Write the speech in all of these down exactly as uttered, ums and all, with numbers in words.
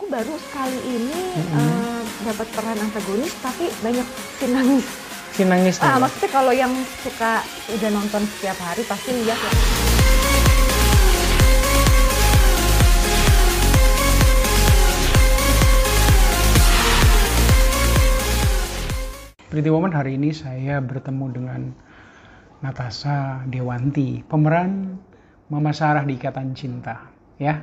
baru sekali ini Mm-hmm. uh, dapat peran antagonis tapi banyak scene nangis. Scene nangis nih. Ah, maksudnya kalau yang suka udah nonton setiap hari pasti lihat ya. Pretty Woman hari ini saya bertemu dengan Natasha Dewanti, pemeran Mama Sarah di Ikatan Cinta. Ya,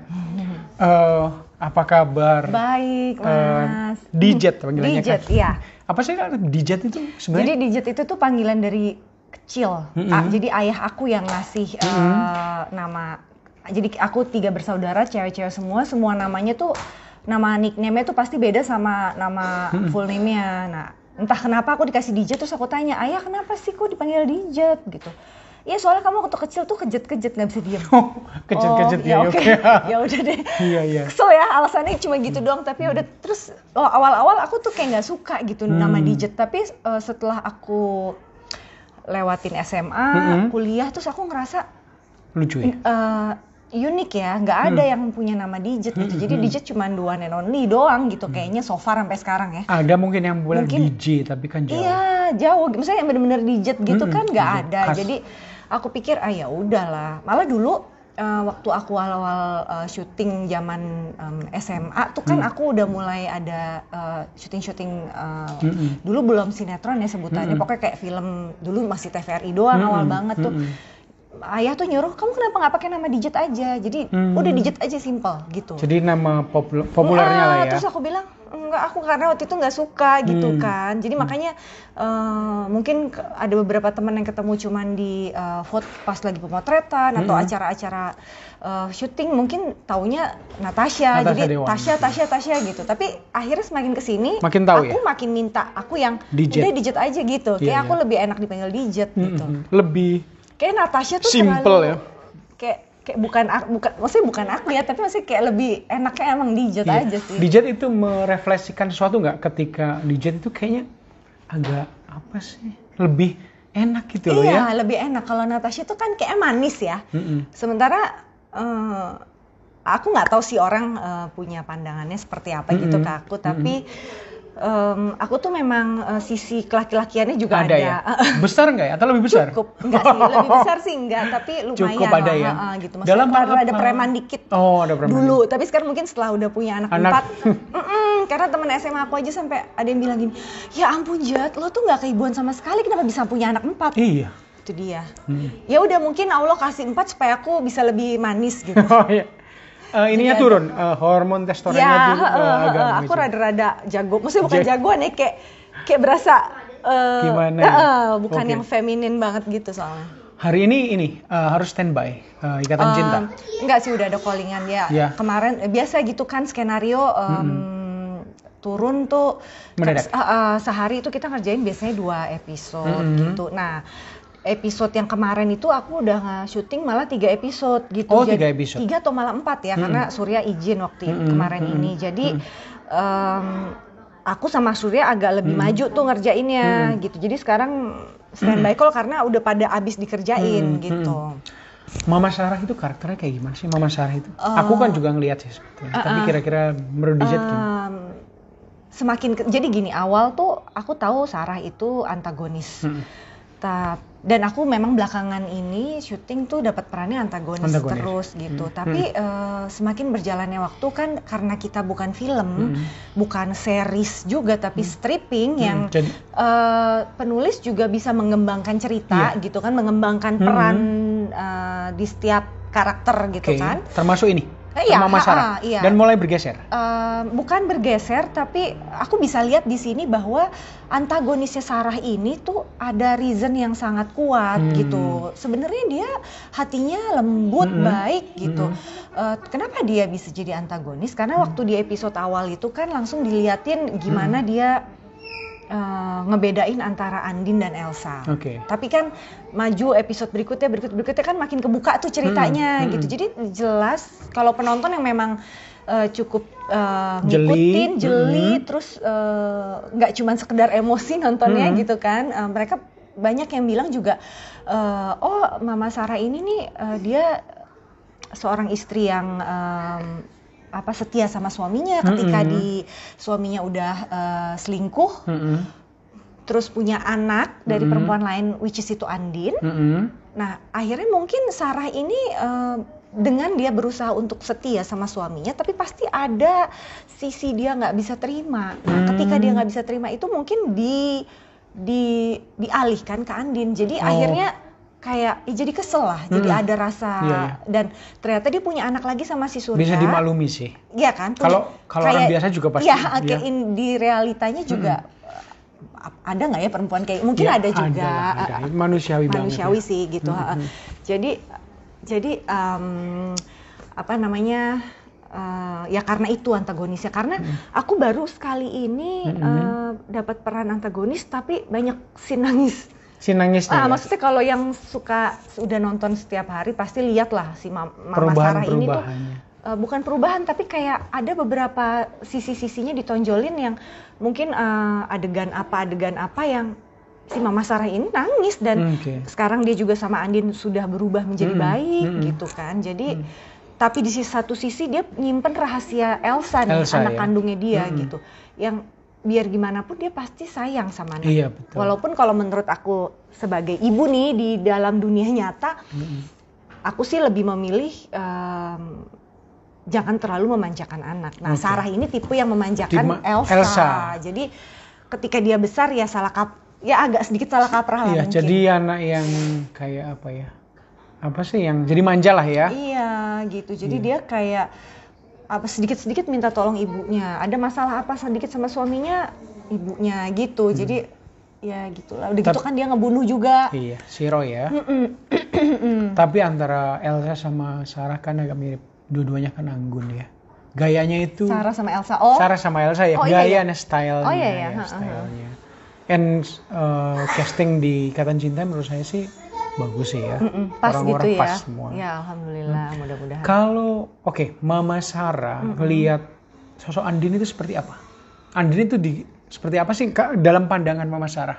uh, apa kabar? Baik, Mas. Uh, Dijet panggilannya Dijet, kan? iya. Apa sih Dijet itu sebenarnya? Jadi Dijet itu tuh panggilan dari kecil. Mm-hmm. Ah, jadi ayah aku yang ngasih uh, Mm-hmm. nama. Jadi aku tiga bersaudara, cewek-cewek semua. Semua namanya tuh, nama nickname-nya tuh pasti beda sama nama Mm-hmm. full name-nya. Nah, entah kenapa aku dikasih Dijet, terus aku tanya, ayah kenapa sih kok dipanggil Dijet gitu? Iya soalnya kamu waktu kecil tuh kejet-kejet nggak bisa diem. Oh, kejet-kejet oh, ya, oke. okay. Ya udah deh. Iya iya. Kesel ya alasannya cuma gitu doang. Tapi udah terus oh, awal-awal aku tuh kayak nggak suka gitu Hmm. nama Dijet. Tapi uh, setelah aku lewatin S M A, Mm-hmm. kuliah, terus aku ngerasa Lucu ya. uh, unik ya. Nggak ada Hmm. yang punya nama Dijet gitu. Hmm, Jadi hmm. Dijet cuma dua and only doang gitu. Kayaknya so far sampai sekarang ya. Ada mungkin yang boleh Mungkin- D J tapi kan jauh. Iya jauh. Maksudnya yang bener-bener Dijet gitu Mm-mm, kan nggak iya, ada. khas. Jadi aku pikir ah ya udahlah. Malah dulu uh, waktu aku awal-awal uh, syuting zaman um, S M A tuh kan Hmm. aku udah mulai ada uh, syuting-syuting uh, Mm-mm. dulu belum sinetron ya sebutannya. Mm-mm. Pokoknya kayak film dulu masih T V R I doang Mm-mm, awal banget tuh. mm-mm. Ayah tuh nyuruh kamu kenapa nggak pakai nama Dijet aja. Jadi Hmm. udah Dijet aja simple gitu. Jadi nama popul- populernya Enggak, lah ya. Terus aku bilang enggak, aku karena waktu itu nggak suka gitu Hmm. kan. Jadi makanya uh, mungkin ke- ada beberapa teman yang ketemu cuman di uh, vote pas lagi pemotretan atau Hmm. acara-acara uh, syuting mungkin taunya Natasha. Natasha Jadi Dewan. Tasya, Tasya, Tasya gitu. Tapi akhirnya semakin kesini, Makin tahu aku ya? makin minta aku yang Dijet. udah Dijet aja gitu. Iya, Kayak aku iya. lebih enak dipanggil Dijet gitu. Mm-mm. Lebih Kayak Natasha tuh Simple terlalu ya? kayak kayak bukan aku bukan maksudnya bukan aku ya, tapi maksudnya kayak lebih enaknya emang Dijet iya. aja sih. Dijet itu merefleksikan sesuatu nggak ketika Dijet itu kayaknya agak apa sih? Lebih enak gitu loh Iya, ya. lebih enak. Kalau Natasha tuh kan kayak manis ya. Mm-mm. Sementara eh, aku nggak tahu sih orang eh, punya pandangannya seperti apa gitu Mm-mm. ke aku, tapi em, aku tuh memang eh, sisi kelaki-lakiannya juga Ada ada. ya? Besar nggak ya? Atau lebih besar? Cukup, enggak sih, lebih besar sih enggak, tapi lumayan Cukup ada lah, ya? ha-ha, gitu. Maksudnya Dalam hal karena ada apa? preman dikit. Oh, ada preman Dulu, tapi sekarang mungkin setelah udah punya anak, Anak. empat, mm-mm, karena temen S M A aku aja sampai ada yang bilang gini, ya ampun Jat, lo tuh nggak keibuan sama sekali, kenapa bisa punya anak empat? Iya. Itu dia. Hmm. Ya udah mungkin Allah kasih empat supaya aku bisa lebih manis gitu. Oh iya. Eh, ininya Jadi turun, eh, hormon testosteronnya Ya, tuh eh, he- he- agak he- aku maju. rada-rada jago. Maksudnya bukan Jag- jagoan ya, kayak kayak berasa eh, Gimana eh, ya? eh, bukan Oke. yang feminin banget gitu soalnya. Hari ini ini eh, harus standby eh, Ikatan Em, Cinta. Enggak sih, udah ada callingan ya. Ya. Kemarin eh, biasa gitu kan skenario em, turun tuh Mendadak. eh, eh, sehari itu kita ngerjain biasanya dua episode Mm-mm. gitu. Nah, episode yang kemarin itu aku udah syuting malah tiga episode gitu. Oh, Jadi- tiga episode. Tiga atau malah empat ya, Mm-mm. karena Surya izin waktu Mm-mm. kemarin Mm-mm. ini. Jadi em, aku sama Surya agak lebih maju tuh ngerjainnya gitu. Jadi sekarang standby call karena udah pada abis dikerjain Mm-mm. gitu. Mama Sarah itu karakternya kayak gimana sih Mama Sarah itu? Eh, Aku kan juga ngelihat sih sebetulnya. Tapi uh-uh. kira-kira menurut Dijet gimana? Em, semakin ke- jadi gini, awal tuh aku tahu Sarah itu antagonis. Mm. Ta- dan aku memang belakangan ini syuting tuh dapat perannya antagonis, Antagonis. terus gitu. Hmm. Tapi eh, semakin berjalannya waktu kan karena kita bukan film, Hmm. bukan series juga tapi stripping yang Hmm, jadi- eh, penulis juga bisa mengembangkan cerita Iya. gitu kan, mengembangkan Hmm. peran eh, di setiap karakter gitu Oke, kan. termasuk ini. Eh, iya, Mama ha-ha, Sarah. iya. Dan mulai bergeser. Eh, bukan bergeser, tapi aku bisa lihat di sini bahwa antagonisnya Sarah ini tuh ada reason yang sangat kuat Hmm. gitu. Sebenarnya dia hatinya lembut, Hmm. baik gitu. Eh, kenapa dia bisa jadi antagonis? Karena waktu di episode awal itu kan langsung diliatin gimana dia eh, ngebedain antara Andin dan Elsa. Oke. Tapi kan maju episode berikutnya, berikut berikutnya kan makin kebuka tuh ceritanya Hmm, hmm. gitu. Jadi jelas kalau penonton yang memang uh, cukup uh, Jeli. ngikutin, jeli, Hmm. terus uh, nggak cuma sekedar emosi nontonnya Hmm. gitu kan. Uh, mereka banyak yang bilang juga, uh, oh Mama Sarah ini nih uh, dia seorang istri yang um, apa setia sama suaminya ketika Mm-mm. di suaminya udah uh, selingkuh, Mm-mm. terus punya anak dari Mm-mm. perempuan lain, which is itu Andin. Mm-mm. Nah, akhirnya mungkin Sarah ini uh, dengan dia berusaha untuk setia sama suaminya, tapi pasti ada sisi dia nggak bisa terima. Nah, Hmm. ketika dia nggak bisa terima itu mungkin di di dialihkan ke Andin. Jadi Oh. akhirnya kayak ya jadi kesel lah. Jadi Hmm. ada rasa Iya, iya. dan ternyata dia punya anak lagi sama si Surya. Bisa dimaklumi sih. Iya kan? Punya- Kalau kalau orang biasa juga pasti. Iya, dia- kayak in- di realitanya juga uh, ada nggak ya perempuan kayak mungkin Ya, ada juga. lah, ada. uh, Manusiawi, manusiawi banget. sih gitu. Hmm, ha. hmm. Jadi jadi um, apa namanya uh, ya karena itu antagonisnya karena Hmm. aku baru sekali ini Hmm. uh, dapat peran antagonis tapi banyak scene nangis. Si nangisnya. Ah, ya. maksudnya kalau yang suka udah nonton setiap hari pasti lihat lah si Ma- Mama Sarah ini tuh Perubahan-perubahannya. uh, bukan perubahan tapi kayak ada beberapa sisi-sisinya ditonjolin yang mungkin uh, adegan apa adegan apa yang si Mama Sarah ini nangis dan Hmm, oke. sekarang dia juga sama Andin sudah berubah menjadi Mm-mm, baik mm-mm. gitu kan. Jadi Mm. tapi di sisi satu sisi dia nyimpen rahasia Elsa nih, Elsa, anak ya. kandungnya dia Mm-mm. gitu. Yang biar gimana pun dia pasti sayang sama anak. Iya, betul. Walaupun kalau menurut aku sebagai ibu nih di dalam dunia nyata, Mm-mm. aku sih lebih memilih em, jangan terlalu memanjakan anak. Nah, Oke. Sarah ini tipe yang memanjakan Tipe Elsa. Elsa. Jadi ketika dia besar ya salah kap ya agak sedikit salah kaprah lah Iya, mungkin. jadi anak yang kayak apa ya? Apa sih yang jadi manja lah ya? Iya gitu. Jadi Iya. dia kayak apa sedikit-sedikit minta tolong ibunya. Ada masalah apa sedikit sama suaminya, ibunya gitu. Hmm. Jadi ya gitulah. Udah gitu Tap- kan dia ngebunuh juga. Iya, si Roy ya. Mm-mm. Tapi antara Elsa sama Sarah kan agak mirip. Dua-duanya kan anggun ya. Gayanya itu Sarah sama Elsa. Oh. Sarah sama Elsa ya, Oh, iya, iya. gayanya, stylenya Oh, iya, iya. ya, Ha, ha, ha. stylenya. And uh, casting di Ikatan Cinta menurut saya sih bagus sih ya. Mm-mm, pas Orang-orang gitu ya. pas semua. Ya alhamdulillah, mudah-mudahan. Kalau oke, Mama Sarah Mm-mm. ngelihat sosok Andin itu seperti apa? Andin itu di seperti apa sih Kak, dalam pandangan Mama Sarah?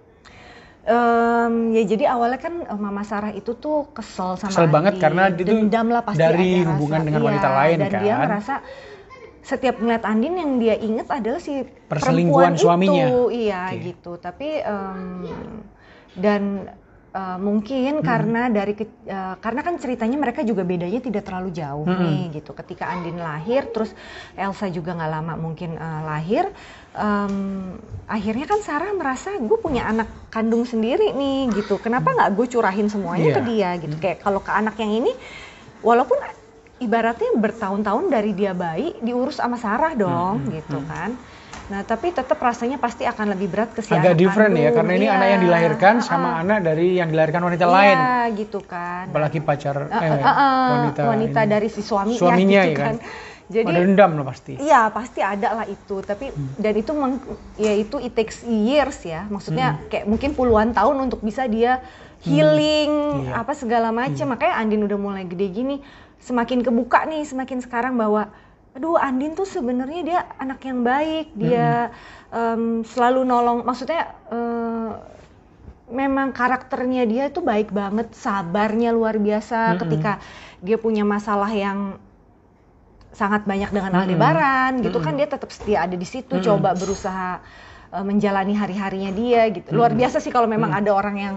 Em, ya jadi awalnya kan eh, Mama Sarah itu tuh kesel sama Kesel banget Andi. karena dia tuh dendam lah pasti dari ada hubungan rasa. dengan Iya, wanita lain dan dia kan. ngerasa setiap ngeliat Andin yang dia inget adalah si Perselingkuhan perempuan suaminya. itu, iya Oke. gitu. Tapi em, dan eh, mungkin karena dari ke- eh, karena kan ceritanya mereka juga bedanya tidak terlalu jauh Mm-mm. nih gitu. Ketika Andin lahir, terus Elsa juga nggak lama mungkin eh, lahir. em, akhirnya kan Sarah merasa gue punya anak kandung sendiri nih gitu. Kenapa nggak gue curahin semuanya Iya. ke dia gitu. Kayak kalau ke anak yang ini, walaupun ibaratnya bertahun-tahun dari dia bayi diurus sama Sarah dong Hmm, gitu hmm. kan. Nah tapi tetap rasanya pasti akan lebih berat ke si Agak anak different ya, kandung. karena ini Iya, anak yang dilahirkan sama uh-uh. anak dari yang dilahirkan wanita Iya, lain. gitu kan. Apalagi pacar Uh, eh, uh, uh, wanita, wanita ini. dari si suaminya, Suaminya, gitu ya kan. kan? Jadi Ada dendam loh pasti. iya pasti ada lah itu. Tapi Hmm. dan itu meng- ya itu it takes years ya. Maksudnya Hmm. kayak mungkin puluhan tahun untuk bisa dia healing Iya. apa segala macam. Iya. Makanya Andin udah mulai gede gini, semakin kebuka nih semakin sekarang bahwa aduh Andin tuh sebenarnya dia anak yang baik. Dia em, selalu nolong. Maksudnya eh, memang karakternya dia itu baik banget, sabarnya luar biasa. Mm-mm. Ketika dia punya masalah yang sangat banyak dengan Mm-mm. Aldebaran gitu Mm-mm. kan, dia tetap setia ada di situ, Mm-mm. coba berusaha uh, menjalani hari-harinya dia gitu. Luar Mm-mm. biasa sih kalau memang Mm-mm. ada orang yang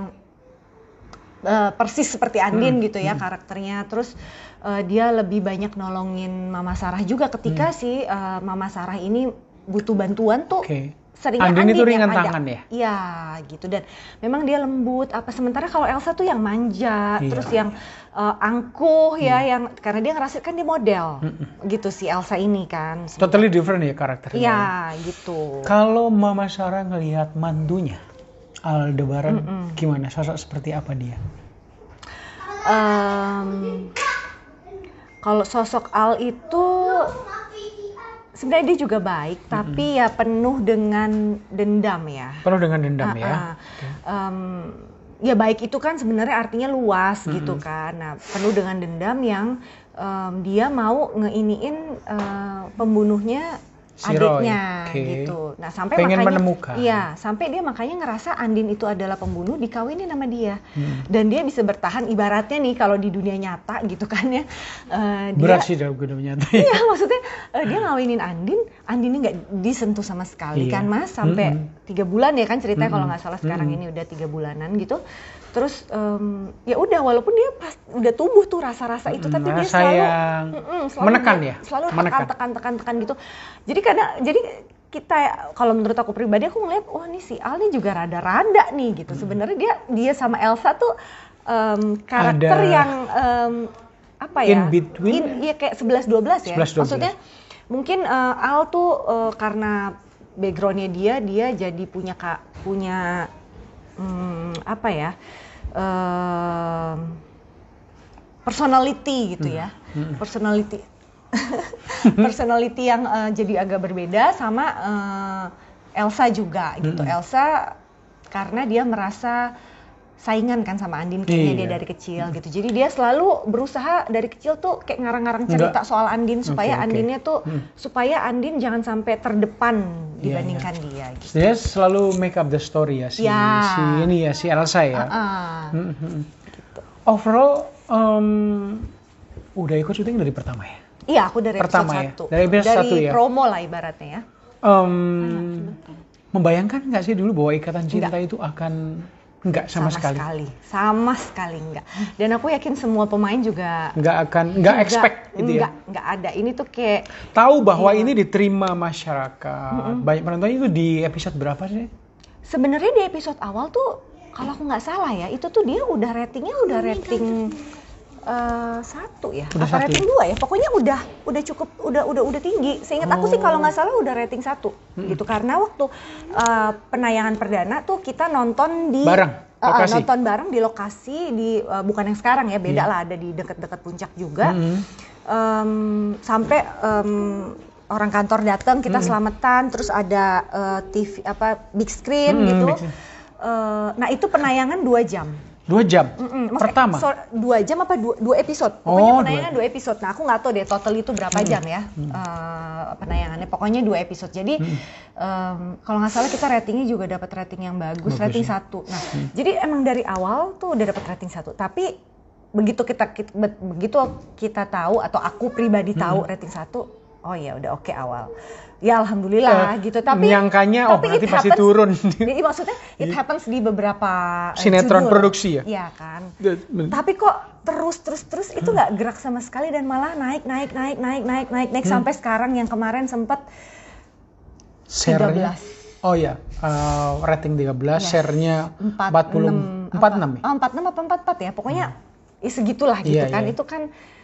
uh, persis seperti Andin Mm-mm. gitu ya Mm-mm. karakternya. Terus uh, dia lebih banyak nolongin Mama Sarah juga ketika Mm. si uh, Mama Sarah ini butuh bantuan tuh. Oke. Seringnya Andin itu yang ringan ada. tangan ya? Iya gitu, dan memang dia lembut apa, sementara kalau Elsa tuh yang manja, Iya. terus yang uh, angkuh ya, Hmm. yang karena dia ngerasa kan dia model Mm-mm. gitu si Elsa ini kan. Totally different ya karakternya. Iya gitu. Kalau Mama Sarah ngelihat mantunya Aldebaran, Mm-mm. gimana? Sosok seperti apa dia? Em, kalau sosok Al itu sebenarnya dia juga baik, tapi ya penuh dengan dendam ya. Penuh dengan dendam Ah, ya. ah. Em, ya baik itu kan sebenarnya artinya luas Mm-mm. gitu kan. Nah penuh dengan dendam yang em, dia mau ngeiniin eh, pembunuhnya Si Roy. adiknya Oke. gitu. Nah sampai Pengen makanya, menemukan. iya sampai dia makanya ngerasa Andin itu adalah pembunuh, dikawinin sama dia, Hmm. dan dia bisa bertahan ibaratnya nih kalau di dunia nyata gitu kan ya. Uh, dia, Berat sih dalam dunia nyata. Iya maksudnya uh, dia ngawinin Andin, Andin ini nggak disentuh sama sekali Iya. kan mas, sampai Mm-mm. tiga bulan ya kan ceritanya, Mm-mm. kalau nggak salah sekarang Mm-mm. ini udah tiga bulanan gitu. Terus um, ya udah walaupun dia pas udah tumbuh tuh rasa-rasa itu, Mm, tapi dia rasa selalu yang mm-mm, selalu menekan dia- ya? selalu Menekan. tekan tekan tekan tekan gitu. Jadi kadang jadi kita, kalau menurut aku pribadi, aku ngeliat wah nih si Al nih juga rada-rada nih gitu. Sebenarnya dia dia sama Elsa tuh um, karakter Ada yang um, apa ya? in between. In, iya kayak sebelas dua belas ya. sebelas dua belas. Maksudnya mungkin uh, Al tuh uh, karena backgroundnya dia dia jadi punya kak punya hmm, apa ya? Um, personality gitu ya. Hmm. Personality personality yang uh, jadi agak berbeda sama uh, Elsa juga gitu. Mm-mm. Elsa karena dia merasa saingan kan sama Andin kayaknya Iya. dia dari kecil gitu. Jadi dia selalu berusaha dari kecil tuh kayak ngarang-ngarang cerita Enggak. soal Andin supaya Oke, oke. Andinnya tuh Hmm. supaya Andin jangan sampai terdepan Iya, dibandingkan dia gitu. Dia selalu make up the story ya si Ya. si ini ya si Elsa ya. Ah, Hmm, hmm. Overall um, udah ikut syuting dari pertama ya. iya aku dari Pertama episode ya? satu. Dari episode satu ya? promo lah ibaratnya ya. Um, membayangkan nggak sih dulu bahwa ikatan cinta Enggak. itu akan nggak sama, sekali. Sama sekali enggak. Dan aku yakin semua pemain juga Nggak akan nggak juga expect gitu enggak, ya. enggak ada. Ini tuh kayak Tahu bahwa Iya. ini diterima masyarakat. Banyak penontonnya itu di episode berapa sih? sebenarnya di episode awal tuh kalau aku nggak salah ya, itu tuh dia udah ratingnya udah rating eh, satu ya, Udah apa satu rating ya? dua ya, pokoknya udah udah cukup udah udah udah tinggi. Seingat aku sih Oh. kalau nggak salah udah rating satu gitu, karena waktu eh, penayangan perdana tuh kita nonton di Bareng, eh, eh, lokasi. nonton bareng di lokasi di eh, bukan yang sekarang ya, beda Iya. lah, ada di dekat-dekat puncak juga. Mm-mm. Em, sampai em, orang kantor datang, kita selamatan, terus ada eh, T V apa big screen Mm-mm, gitu. big screen. Eh, nah itu penayangan dua jam. Dua jam. Mm-mm, maksudnya, Pertama. so- dua jam apa dua, dua episode? Pokoknya Oh, penayangan dua. dua episode. Nah aku nggak tahu deh total itu berapa jam ya eh, penayangannya. Pokoknya dua episode. Jadi em, kalau nggak salah kita ratingnya juga dapat rating yang bagus, Bagus, rating ya. satu. Nah jadi emang dari awal tuh udah dapat rating satu. Tapi begitu kita, kita begitu kita tahu atau aku pribadi tahu rating satu, oh ya udah oke awal. Ya alhamdulillah Eh, gitu. Tapi nyangkanya, oh, tapi berarti it pasti happens- turun. Jadi maksudnya it happens di beberapa eh, Sinetron judul. produksi ya? Iya kan. Tapi kok terus terus terus itu nggak gerak sama sekali dan malah naik naik naik naik naik naik naik sampai sekarang yang kemarin sempat Share-nya- tiga belas. Oh ya, eh, rating tiga belas, Yes. share-nya empat empat puluh enam empat puluh enam ya? Oh, empat puluh enam apa empat puluh empat ya? Pokoknya ya segitulah gitu Iya, kan. iya. Itu kan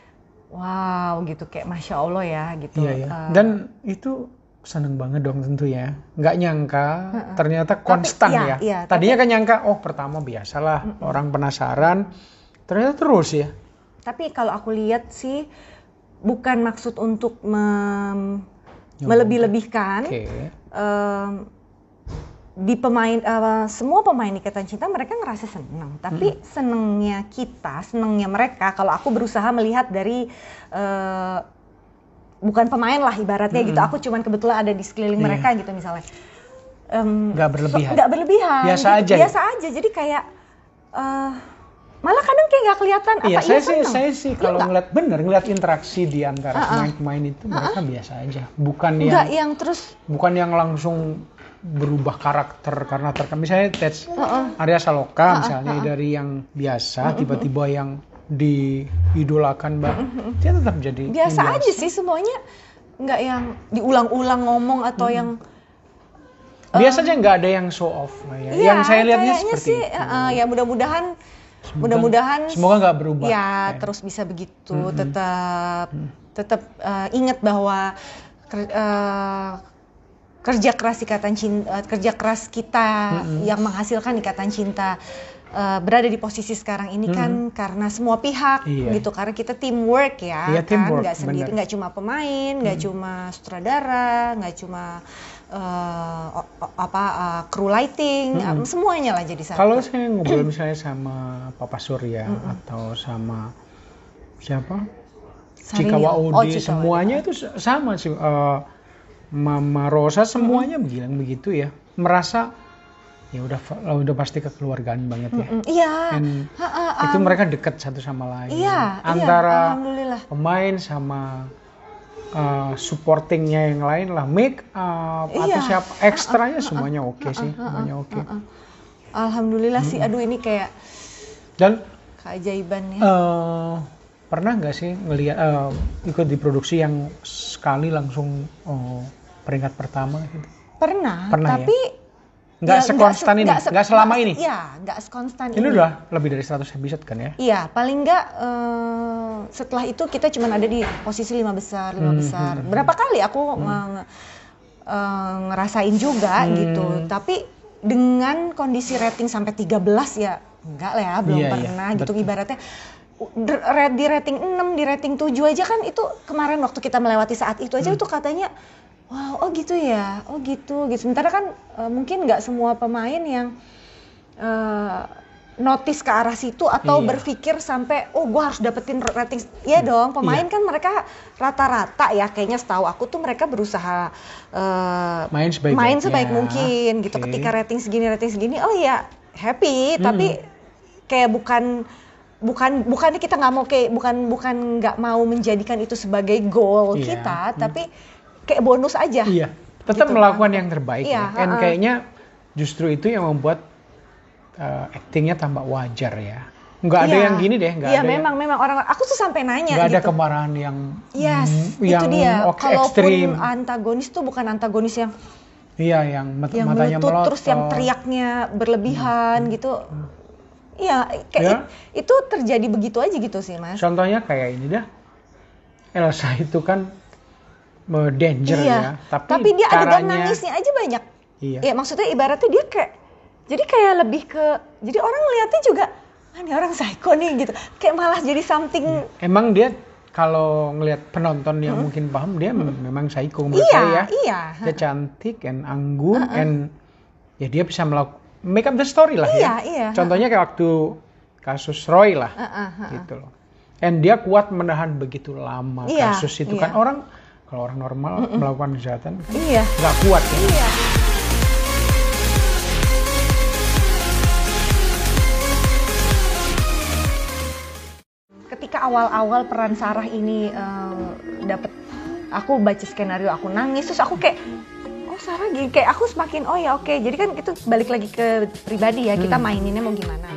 wow gitu, kayak Masya Allah ya gitu. Iya, iya. Eh, Dan itu seneng banget dong tentu ya. Nggak nyangka ternyata konstan iya, ya. iya, Tadinya kan nyangka, oh pertama biasalah orang penasaran. Ternyata terus ya. tapi kalau aku lihat sih bukan maksud untuk mem- melebih-lebihkan. Oke. Em, di pemain eh, semua pemain Ikatan Cinta mereka ngerasa seneng, tapi senengnya kita, senengnya mereka, kalau aku berusaha melihat dari eh, bukan pemain lah ibaratnya gitu, aku cuman kebetulan ada di sekeliling Iya. mereka gitu misalnya. Em, Nggak berlebihan. so- nggak berlebihan. Biasa gitu, aja ya? Biasa aja. Jadi kayak eh, malah kadang kayak nggak kelihatan Iya, apa saya iya sih, seneng. saya sih Iya kalau nggak? ngeliat bener, ngeliat interaksi di antara Uh-uh. pemain-pemain itu mereka biasa aja. Bukan Nggak yang yang terus bukan yang langsung berubah karakter karena terkam. Misalnya Ted Uh-uh. Arya Saloka misalnya dari yang biasa tiba-tiba yang diidolakan banget, dia tetap jadi yang biasa aja sih semuanya, nggak yang diulang-ulang ngomong atau yang Biasanya nggak ada yang show off lah ya. Iya, Yang saya lihatnya kayaknya seperti sih, itu. uh, ya mudah-mudahan, mudah-mudahan, Semoga nggak berubah. ya Kayak- terus bisa begitu, tetap, tetap uh, ingat bahwa ker- uh, kerja keras ikatan cinta, kerja keras kita yang menghasilkan ikatan cinta uh, berada di posisi sekarang ini kan karena semua pihak, Iya. gitu. Karena kita teamwork ya, Iya, kan, teamwork, nggak sendiri, bener. nggak cuma pemain, nggak cuma sutradara, nggak cuma uh, o- o- apa uh, crew lighting, um, semuanya lah jadi satu. Kalau saya ngobrol misalnya sama Papa Surya atau sama siapa? Sarinio. Cika Oh, Waudi, Cika semuanya itu s- sama sih. Eh, Mama Rosa semuanya bilang begitu ya, merasa ya udah udah pasti kekeluargaan banget ya. Mm-mm. Iya. Dan Ha, ha, itu um, mereka dekat satu sama lain. Iya, Antara iya, alhamdulillah. pemain sama uh, supportingnya yang lain lah, make up Iya. atau siapa ekstranya Ha, ha, semuanya oke ha, sih, ha, ha, semuanya ha, oke. ha. Alhamdulillah sih, aduh ini kayak Dan keajaiban ya. uh, pernah nggak sih ngelihat uh, ikut di produksi yang sekali langsung uh, peringkat pertama gitu? Pernah, Pernah ya? tapi Nggak ya, sekonstan se- ini, se- nggak selama nggak- ini. Iya, nggak sekonstan Ini ini. udah lebih dari seratus episode kan ya? Iya, paling nggak eh, setelah itu kita cuma ada di posisi lima besar, lima Hmm, besar. hmm, Berapa kali aku nge- eh, ngerasain juga Hmm. gitu. Tapi dengan kondisi rating sampai tiga belas ya enggak lah ya, belum Iya, iya, pernah gitu betul. ibaratnya. d- re- Di rating enam, di rating tujuh aja kan itu kemarin waktu kita melewati saat itu aja Hmm. itu katanya wow, oh gitu ya, oh gitu gitu. Sementara kan eh, mungkin nggak semua pemain yang eh, notice ke arah situ atau Iya. berpikir sampai oh gue harus dapetin rating. Iya dong, pemain Iya. kan mereka rata-rata ya kayaknya setahu aku tuh mereka berusaha eh, Main sebaik-baiknya. main sebaik mungkin gitu. Oke. Ketika rating segini rating segini, oh ya happy, Hmm. tapi kayak bukan bukan bukannya kita nggak mau kayak bukan bukan nggak mau menjadikan itu sebagai goal Iya. kita, Hmm. tapi kayak bonus aja. Iya, tetap Gitu melakukan kan. yang terbaik Iya, ya. Dan ha-ha. kayaknya justru itu yang membuat uh, aktingnya tambah wajar ya. Nggak ada Iya. yang gini deh, nggak Iya, ada memang memang orang aku tuh sampai yang, nanya nggak ada gitu. kemarahan yang Yes, mm, itu yang dia. oke, Kalaupun ekstrim. antagonis tuh bukan antagonis yang Iya, yang mat- yang matanya melutot melotot. terus yang teriaknya berlebihan gitu. Iya, kayak Ya. it- itu terjadi begitu aja gitu sih, Mas. Contohnya kayak ini dah. Elsa itu kan uh, danger Iya. ya, tapi, Tapi dia adegan caranya nangisnya aja banyak. Iya. Ya maksudnya ibaratnya dia kayak jadi kayak lebih ke jadi orang ngeliatnya juga ah ini orang psycho nih gitu. Kayak malah jadi something Emang dia kalau ngelihat penonton yang mungkin paham dia mem- memang psycho menurut iya, saya ya. iya. Dia cantik and anggun and ya dia bisa melakukan make up the story lah Iya, ya. iya. Contohnya kayak waktu kasus Roy lah, Heeh, heeh. gitu loh. And dia kuat menahan begitu lama Iya, kasus itu iya. kan orang kalau orang normal melakukan kejahatan Iya. nggak kuat ya. Iya. Ketika awal-awal peran Sarah ini eh, dapet, aku baca skenario, aku nangis, terus aku kayak, oh Sarah gini, kayak aku semakin, oh ya oke, jadi kan itu balik lagi ke pribadi ya, kita maininnya mau gimana.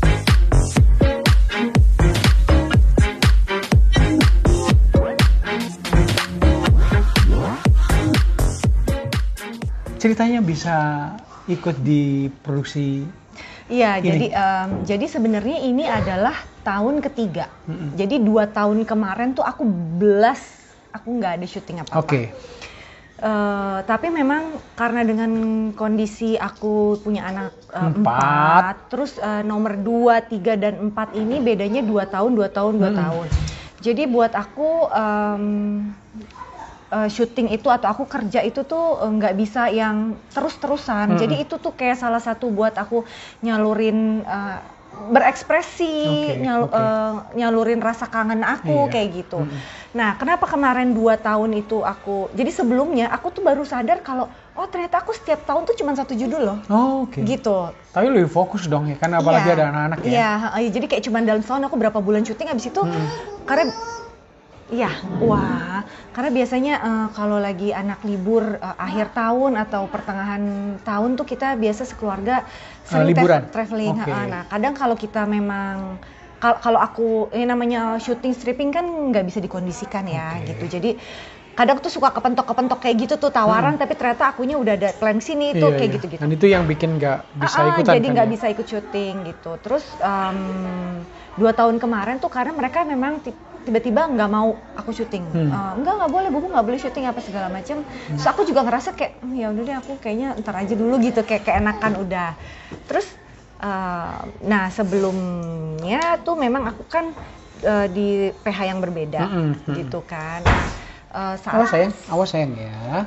Ceritanya bisa ikut di produksi Iya, Ini. jadi em, jadi sebenarnya ini adalah tahun ketiga. Jadi dua tahun kemarin tuh aku belas, aku nggak ada syuting apa-apa. Oke. Eh, tapi memang karena dengan kondisi aku punya anak eh, Empat. empat, terus eh, nomor dua, tiga dan empat ini bedanya dua tahun, dua tahun, dua Hmm. tahun. Jadi buat aku em, eh, syuting itu atau aku kerja itu tuh eh, nggak bisa yang terus-terusan. Hmm. Jadi itu tuh kayak salah satu buat aku nyalurin eh, berekspresi, Oke, nyal- oke. eh, nyalurin rasa kangen aku Iya. kayak gitu. Mm-mm. Nah, kenapa kemarin dua tahun itu aku, jadi sebelumnya aku tuh baru sadar kalau, oh ternyata aku setiap tahun tuh cuma satu judul loh, Oh, oke. gitu. Tapi lebih fokus dong ya, kan apalagi Iya, ada anak-anak ya. Iya, iya, jadi kayak cuma dalam setahun aku berapa bulan syuting, abis itu, karena, iya, wah, karena biasanya eh, kalau lagi anak libur eh, akhir tahun atau pertengahan tahun tuh kita biasa sekeluarga sering liburan? tra- traveling. Oke. eh, Nah, kadang kalau kita memang kal- kalau aku ini namanya syuting stripping kan nggak bisa dikondisikan ya Oke. gitu. Jadi kadang tuh suka kepentok-kepentok kayak gitu tuh tawaran, tapi ternyata akunya udah ada plan sini tuh Iya, kayak iya. gitu-gitu. Dan itu yang bikin nggak bisa Ah, ah, ikutan jadi kan nggak ya? bisa ikut syuting gitu. Terus em, dua tahun kemarin tuh karena mereka memang ti- tiba-tiba nggak mau aku syuting. Hmm. Eh, enggak nggak boleh, bubu nggak boleh syuting apa segala macam. Terus aku juga ngerasa kayak "Hmm, ya udah deh aku kayaknya ntar aja dulu gitu, kayak keenakan udah. Terus eh, nah sebelumnya tuh memang aku kan eh, di P H yang berbeda Mm-mm, mm-mm. gitu kan. Nah, eh, saat Awas sayang, awas sayang ya.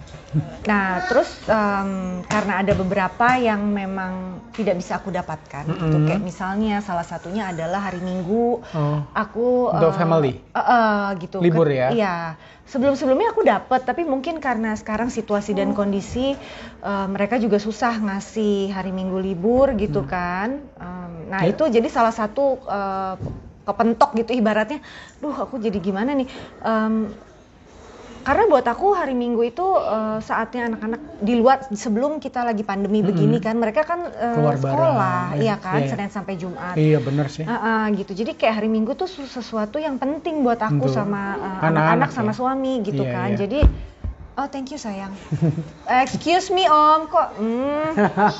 Nah, terus um, karena ada beberapa yang memang tidak bisa aku dapatkan, Mm-hmm. gitu. Kayak misalnya salah satunya adalah hari Minggu, Oh, aku untuk uh, family? uh, uh, gitu. Libur Ke- ya? Iya. Sebelum-sebelumnya aku dapat, tapi mungkin karena sekarang situasi dan kondisi uh, mereka juga susah ngasih hari Minggu libur, gitu Hmm. kan. Um, nah Ya. itu jadi salah satu uh, kepentok gitu ibaratnya. Duh, aku jadi gimana nih? Um, Karena buat aku hari Minggu itu uh, saatnya anak-anak di luar sebelum kita lagi pandemi Mm-mm. begini kan, mereka kan uh, Keluar sekolah, bareng, iya ya, kan, iya. Senin sampai Jumat. Iya benar sih. Uh, uh, gitu. Jadi kayak hari Minggu tuh su- sesuatu yang penting buat aku Untuk sama uh, anak-anak anak-anak sama ya. suami gitu Iya, kan. iya. Jadi oh thank you sayang. Excuse me om kok. Hmm.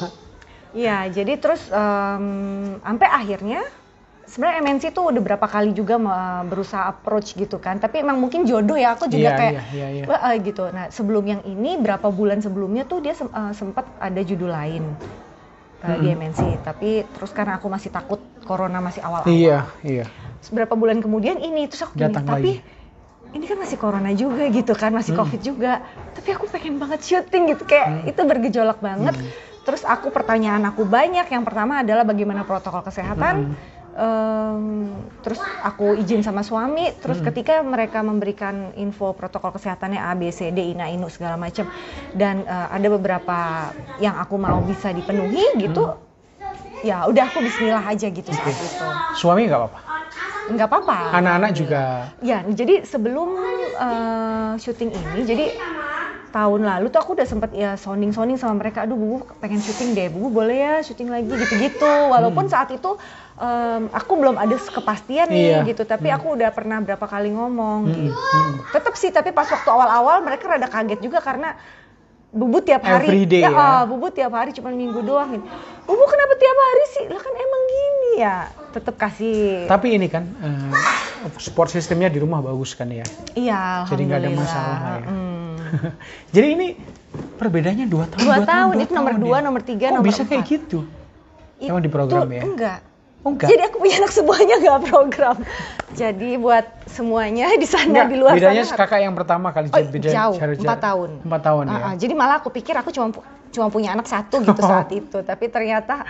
Iya, jadi terus um, sampai akhirnya sebenarnya M N C tuh udah berapa kali juga uh, berusaha approach gitu kan, tapi emang mungkin jodoh ya, aku juga Iya, kayak iya, iya, iya. wah, uh, gitu. Nah sebelum yang ini berapa bulan sebelumnya tuh dia sem- uh, sempat ada judul lain uh, di M N C, tapi terus karena aku masih takut corona masih awal-awal. Iya, iya. Beberapa bulan kemudian ini terus aku gini, Datang tapi lagi. ini kan masih corona juga gitu kan, masih Hmm. covid juga, tapi aku pengen banget syuting gitu, kayak Hmm. itu bergejolak banget. Hmm. Terus aku pertanyaan aku banyak, yang pertama adalah bagaimana protokol kesehatan. Hmm. Em, terus aku izin sama suami, terus Hmm. ketika mereka memberikan info protokol kesehatannya A, B, C, D, I, N A, I, N U segala macam, dan eh, ada beberapa yang aku mau bisa dipenuhi gitu, ya udah aku Bismillah aja gitu saat itu. Suami nggak apa-apa? Nggak apa-apa. Anak-anak juga? Ya, jadi sebelum eh, syuting ini, jadi tahun lalu tuh aku udah sempet ya sounding-sounding sama mereka, aduh Bubu pengen syuting deh, Bubu boleh ya syuting lagi gitu-gitu. Walaupun Hmm. saat itu em, aku belum ada kepastian nih Iya. gitu, tapi aku udah pernah berapa kali ngomong Hmm. gitu. Hmm. Tetap sih, tapi pas waktu awal-awal mereka rada kaget juga karena Bubu tiap hari, Every day ya, ya? ah, Bubu tiap hari cuma minggu doang gitu. Bubu kenapa tiap hari sih? Lah kan emang gini ya. Tetap kasih. Tapi ini kan eh, support sistemnya di rumah bagus kan ya. Iya, Jadi nggak ada alhamdulillah. masalah lah ya. Hmm. Jadi ini perbedaannya dua tahun. Dua dua tahun, dua itu nomor tahun dua, ya? nomor tiga, Kok nomor bisa kayak empat. gitu? Emang di program Itu ya? Enggak. Oh enggak? Jadi aku punya anak semuanya nggak program. Jadi buat semuanya di sana, Enggak, di luar bedanya sana. kakak yang pertama kali Oh, beda jauh, cara- empat tahun. Empat tahun ya. Ah, ah, jadi malah aku pikir aku cuma pu- cuma punya anak satu gitu saat itu, tapi ternyata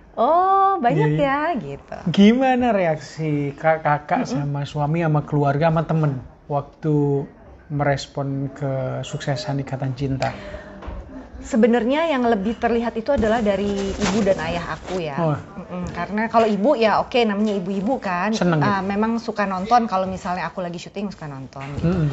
oh banyak Iya, ya gitu. Gimana reaksi kak- kakak sama suami sama keluarga sama temen waktu merespon kesuksesan Ikatan Cinta? Sebenarnya yang lebih terlihat itu adalah dari ibu dan ayah aku ya. Oh. Mm-mm, karena kalau ibu ya oke, namanya ibu-ibu kan. Seneng ya? Ah, memang suka nonton kalau misalnya aku lagi syuting, suka nonton. Gitu. Mm-mm.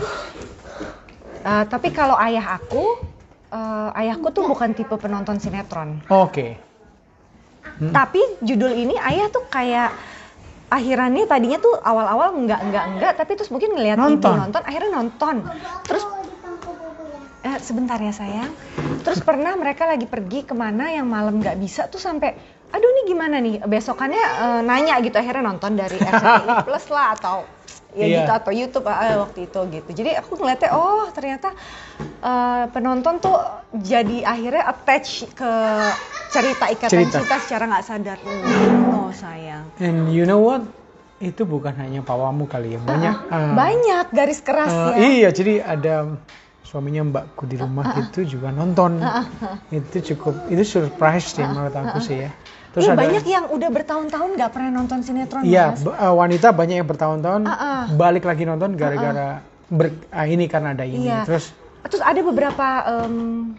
Ah, tapi kalau ayah aku, ah, ayahku tuh bukan tipe penonton sinetron. Oke. Mm. Tapi judul ini ayah tuh kayak akhirannya tadinya tuh awal-awal enggak enggak enggak, tapi terus mungkin ngelihat ibu Nonton. nonton, akhirnya nonton. Terus eh, sebentar ya sayang. Terus pernah mereka lagi pergi kemana yang malam nggak bisa tuh sampai, aduh ini gimana nih, besokannya eh, nanya gitu, akhirnya nonton dari R C T I Plus lah atau ya Iya. gitu, atau YouTube eh, waktu itu gitu. Jadi aku ngeliatnya oh ternyata eh, penonton tuh jadi akhirnya attach ke cerita Ikatan Cerita. Cinta secara nggak sadar. Oh sayang. And you know what? Itu bukan hanya pawamu kali ya, banyak. ah, Banyak garis keras ah, ya. Iya, jadi ada suaminya mbakku di rumah itu juga nonton. Itu cukup, itu surprise sih menurut aku sih ya. Terus Iya ada, banyak yang udah bertahun-tahun nggak pernah nonton sinetron iya Mas. b- ah, wanita banyak yang bertahun-tahun Ah, ah. balik lagi nonton gara-gara ber- ah, ini karena ada ini. Iya. Terus Terus ada beberapa em,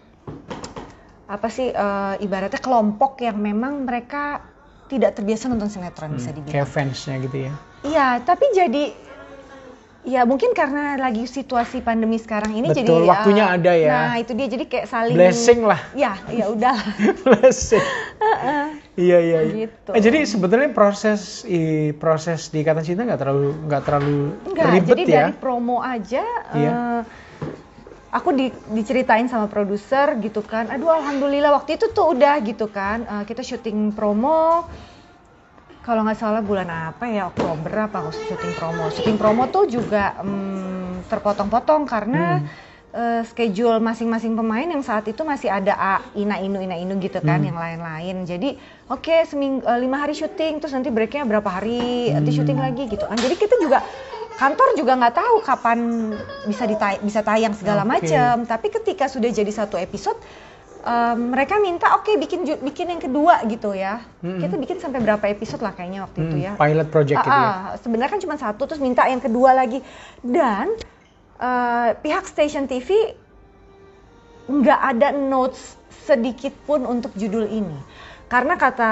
apa sih eh, ibaratnya kelompok yang memang mereka tidak terbiasa nonton sinetron bisa dibilang. kayak fansnya gitu ya. Iya, tapi jadi ya mungkin karena lagi situasi pandemi sekarang ini jadi Betul, waktunya eh, ada ya. Nah, itu dia jadi kayak saling Blessing lah. Ya, ya udah. Blessing. Iya iya. iya. Gitu. Eh, jadi sebetulnya proses i, proses di Ikatan Cinta nggak terlalu nggak terlalu Enggak, ribet jadi ya. dari promo aja Iya. eh, aku di, diceritain sama produser gitu kan. Aduh alhamdulillah waktu itu tuh udah gitu kan. eh, kita syuting promo. Kalau nggak salah bulan apa ya, Oktober apa aku syuting promo. Syuting promo tuh juga mm, terpotong-potong karena eh, schedule masing-masing pemain yang saat itu masih ada A, Ina Inu Ina Inu gitu kan, Hmm. yang lain-lain. Jadi oke seminggu eh, lima hari syuting, terus nanti breaknya berapa hari, nanti syuting lagi gitu kan. Jadi kita juga kantor juga nggak tahu kapan bisa ditay- bisa tayang segala Oke. macam. Tapi ketika sudah jadi satu episode, um, mereka minta oke okay, bikin ju- bikin yang kedua gitu ya. Mm-mm. Kita bikin sampai berapa episode lah kayaknya waktu itu Hmm, ya. pilot project Ah, gitu ya. ah, sebenarnya kan cuma satu, terus minta yang kedua lagi. Dan uh, pihak stasiun T V nggak ada notes sedikit pun untuk judul ini, karena kata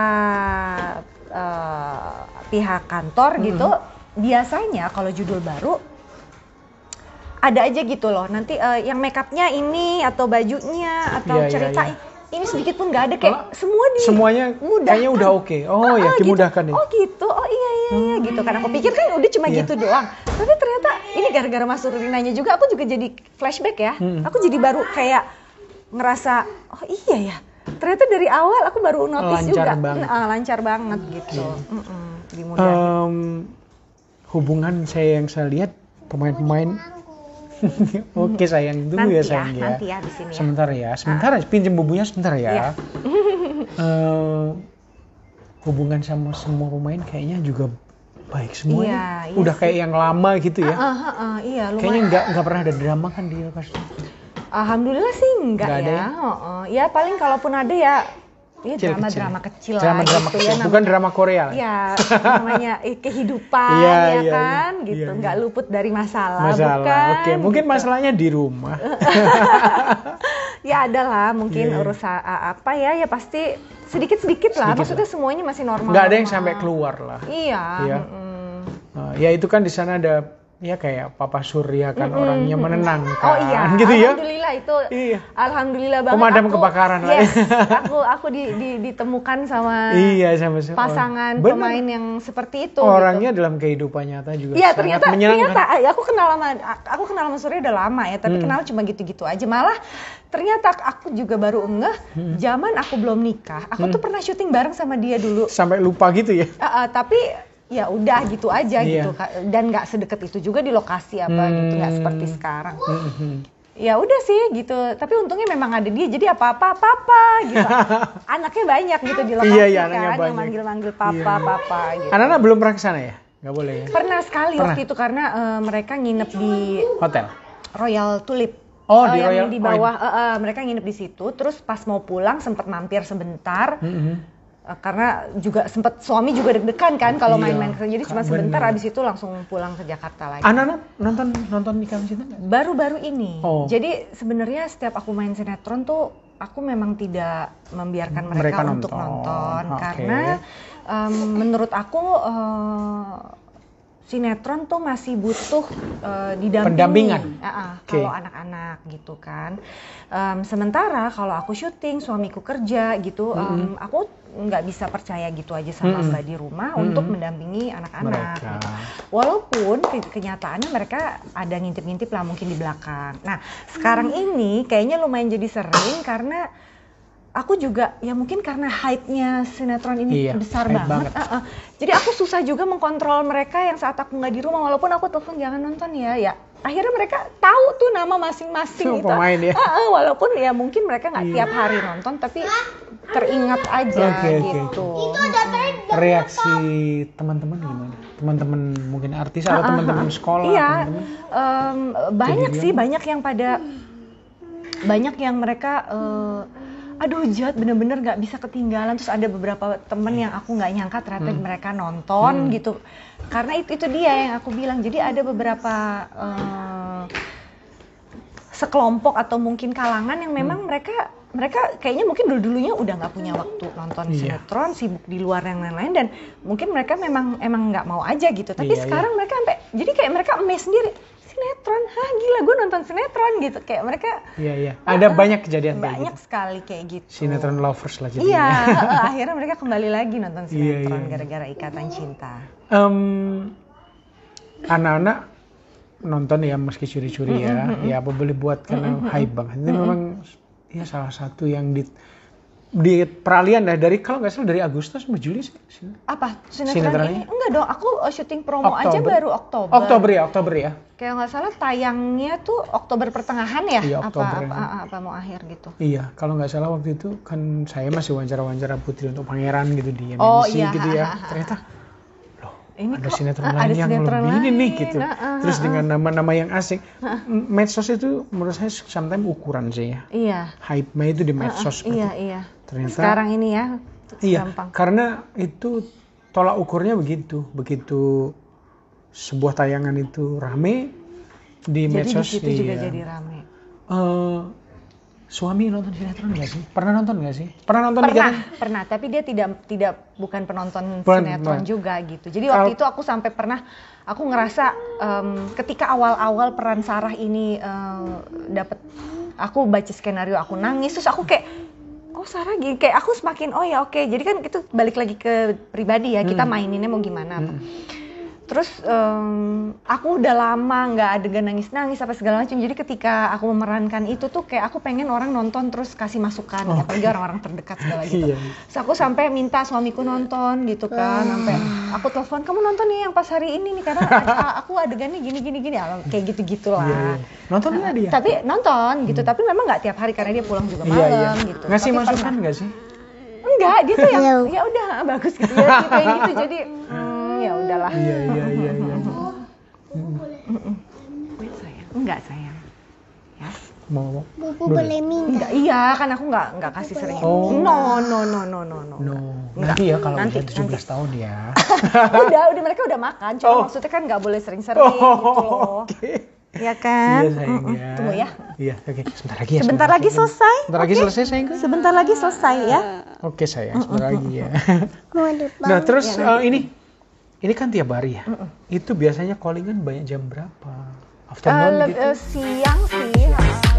uh, pihak kantor Mm-hmm. gitu, biasanya kalau judul baru ada aja gitu loh, nanti uh, yang make upnya ini atau bajunya atau Iya, iya, cerita iya. ini sedikit pun nggak ada, kayak Malah semua di Semuanya mudahkan. kayaknya udah oke. Oh Ah, ya, ah, dimudahkan gitu. ya. Oh gitu, oh iya iya iya gitu kan. Aku pikir kan udah cuma Iya. gitu doang. Tapi ternyata ini gara-gara Mas Surinanya juga aku juga jadi flashback ya. Hmm. Aku jadi baru kayak ngerasa, oh iya ya. Ternyata dari awal aku baru notice Lancar juga. banget. Nah, lancar banget gitu. Mm-mm, dimudahin. Em, hubungan saya yang saya lihat pemain-pemain. Oke sayang, tunggu Nanti ya ya, sayang ya. nanti ya di sini ya. Sebentar ya, sebentar aja, pinjem bubunya sebentar ya. Iya. Eh, hubungan sama semua pemain kayaknya juga baik semua Iya, ya. iya Udah sih. kayak yang lama gitu ya. Ah, ah, ah, iya lumayan. Kayaknya nggak nggak pernah ada drama kan di Lepas. Alhamdulillah sih enggak, Nggak ada ya. ya? Oh, oh. Ya paling kalaupun ada ya, ya Kecil-kecil. drama-drama kecil, lah Drama-drama gitu kecil, ya. bukan namanya. drama Korea lah. Ya, namanya eh, kehidupan Iya, ya iya, kan, iya. gitu. Iya, Nggak iya. luput dari masalah, Masalah, bukan? oke. Mungkin gitu. masalahnya di rumah. Ya ada lah, mungkin Iya. urusan a- apa ya, ya pasti sedikit-sedikit lah. Sedikit Maksudnya semuanya masih normal. Nggak ada yang sampai keluar lah. Iya. Iya. mm-mm. Eh, ya itu kan di sana ada ya kayak Papa Surya kan orangnya menenangkan. Oh iya, gitu ya. alhamdulillah itu, Iya. alhamdulillah banget. Pemadam aku- kebakaran lah. Yes, aku aku di, di, ditemukan sama Iya sama sama. pasangan Bener. pemain yang seperti itu. Orangnya gitu. dalam kehidupan nyata juga Iya sangat ternyata menyenangkan. ternyata ya, aku kenal sama aku kenal sama Surya udah lama ya, tapi Hmm. kenal cuma gitu-gitu aja. Malah ternyata aku juga baru ngeh, Hmm. zaman aku belum nikah, aku tuh pernah syuting bareng sama dia dulu. Sampai lupa gitu ya. Uh, uh, tapi ya udah gitu aja Iya. gitu, Kak. Dan nggak sedekat itu juga di lokasi apa Hmm. gitu, nggak seperti sekarang. Mhm. Ya udah sih gitu, tapi untungnya memang ada dia, jadi apa apa papa gitu. Anaknya banyak gitu di lokasi Iya, iya, anaknya kan, yang banyak. manggil-manggil papa Iya. papa gitu. Anak-anak belum pernah ke sana ya? Nggak boleh ya? Pernah sekali Pernah. waktu itu karena eh, mereka nginep di Hotel. Royal Tulip. Oh, Eh, di yang Royal- di oh, bawah, eh, eh, mereka nginep di situ. Terus pas mau pulang sempat mampir sebentar. Mhm. Eh, karena juga sempat suami juga deg-degan kan kalau Iya, main-main ke, jadi cuma Kak, sebentar, bener. habis itu langsung pulang ke Jakarta lagi. Anak-anak nonton nonton Nikah Cinta nggak? Baru-baru ini. Oh. Jadi sebenarnya setiap aku main sinetron tuh aku memang tidak membiarkan mereka, Mereka untuk nonton. nonton Oke. karena em, menurut aku eh, sinetron tuh masih butuh eh, didampingi. Pendampingan. Ah, ah, Oke. kalau anak-anak gitu kan. Em, sementara kalau aku syuting, suamiku kerja gitu, em, aku nggak bisa percaya gitu aja sama Mm-mm. mbak di rumah Mm-mm. untuk mendampingi anak-anak. Mereka. gitu. Walaupun ke- kenyataannya mereka ada ngintip-ngintip lah mungkin di belakang. Nah sekarang ini kayaknya lumayan jadi sering karena aku juga ya mungkin karena hype-nya sinetron ini Iya, besar hype banget. banget. Uh, uh. Jadi aku susah juga mengkontrol mereka yang saat aku nggak di rumah, walaupun aku telepon jangan nonton ya. Ya akhirnya mereka tahu tuh nama masing-masing gitu. Pemain ya. Uh, uh, walaupun ya mungkin mereka nggak Iya. tiap hari nonton, tapi teringat aja Oke, oke, gitu. Reaksi teman-teman gimana? Teman-teman mungkin artis atau teman-teman sekolah? Iya, teman-teman? em, banyak Jadi sih, dia- banyak yang pada, banyak yang mereka, eh, aduh Jat bener-bener nggak bisa ketinggalan. Terus ada beberapa temen yang aku nggak nyangka ternyata mereka nonton Hmm. gitu. Karena itu itu dia yang aku bilang. Jadi ada beberapa eh, sekelompok atau mungkin kalangan yang memang mereka mereka kayaknya mungkin dulu-dulunya udah nggak punya waktu nonton Iya. sinetron, sibuk di luar yang lain-lain, dan mungkin mereka memang emang nggak mau aja gitu. Tapi Iya, sekarang mereka sampai jadi kayak mereka amazed sendiri, sinetron, hah gila gue nonton sinetron gitu, kayak mereka Iya, iya. Ada banyak kejadian kayak banyak gitu. sekali kayak gitu. Sinetron lovers lah jadinya. Iya, akhirnya mereka kembali lagi nonton Iya, sinetron iya. gara-gara Ikatan Cinta. Em, anak-anak nonton ya meski curi-curi ya, ya apa boleh buat karena hype banget. Itu memang ya salah satu yang di di peralihan dah dari kalau nggak salah dari Agustus sampai Juli sih. Apa sinetron Sinetronnya? ini? Enggak dong, aku uh, syuting promo aja Oktober. baru Oktober. Oktober ya, Oktober ya. Kayak nggak salah tayangnya tuh Oktober pertengahan ya? Iya, apa, Oktober. apa, apa, apa mau akhir gitu? Iya, kalau nggak salah waktu itu kan saya masih wawancara-wawancara Putri untuk Pangeran gitu di M N C Oh, iya, gitu ha, ya. ha, ha, Ternyata loh ini ada kok, sinetron ah, lain ada yang sinetron lebih ini nih lain. gitu. Nah, ah, Terus ah, dengan ah. nama-nama yang asing, M- medsos itu menurut saya sometimes ukuran sih ya. Iya. Hype-nya itu di Ah, ah, medsos. gitu. iya, iya. Ternyata Sekarang ini ya, iya, gampang. karena itu tolak ukurnya begitu, begitu sebuah tayangan itu rame di Jadi medsos. di situ juga iya. jadi rame. Eh, suami nonton sinetron nggak sih? Pernah nonton nggak sih? Pernah nonton Pernah, Ikatan? pernah, tapi dia tidak tidak bukan penonton Bukan, sinetron bukan. juga gitu. Jadi waktu Kalau- itu aku sampai pernah, aku ngerasa em, ketika awal-awal peran Sarah ini eh, dapet, aku baca skenario, aku nangis, terus aku kayak, kok Sarah gini? Kayak aku semakin, oh ya oke. Jadi kan itu balik lagi ke pribadi ya, kita Hmm. maininnya mau gimana. Hmm. Terus em, aku udah lama nggak adegan nangis-nangis apa segala macam. Jadi ketika aku memerankan itu tuh kayak aku pengen orang nonton terus kasih masukan, ya, apalagi orang-orang terdekat segala gitu. Iya. Terus aku sampai minta suamiku nonton gitu kan, sampai aku telepon, kamu nonton nih yang pas hari ini nih karena a- aku adegannya gini gini gini, ya, kayak gitu gitulah. Iya, iya. Nonton nggak dia? Tapi nonton gitu, tapi memang nggak tiap hari karena dia pulang juga Iya, iya. malam gitu. Ngasih Tapi masukan pernah. nggak sih? Enggak, dia tuh yang ya udah bagus gitu ya, gitu, yang gitu. Jadi hmm, ya udahlah. Iya, iya, iya, iya. Sayang. Enggak sayang. Ya. Mau Bubu boleh minta. Enggak, iya kan aku enggak enggak kasih sering. Oh. No, no, no, no, no, no. no. Enggak. Nanti ya kalau Nanti, udah tujuh belas tahun ya. Udah, udah mereka udah makan, cuma Oh. maksudnya kan enggak boleh sering-sering gitu loh. Oke. Ya kan? Iya sayang ya. Tunggu ya. Iya, oke. Sebentar lagi ya. Sebentar lagi selesai. Sebentar lagi Oke? selesai sayang. Sebentar lagi selesai ya. Oke sayang, sebentar lagi ya. Mau dipang. Nah terus Ya, eh, ini, ini kan tiap hari ya. Itu biasanya callingan banyak jam berapa? Eh, Afternoon le- gitu? eh, siang sih.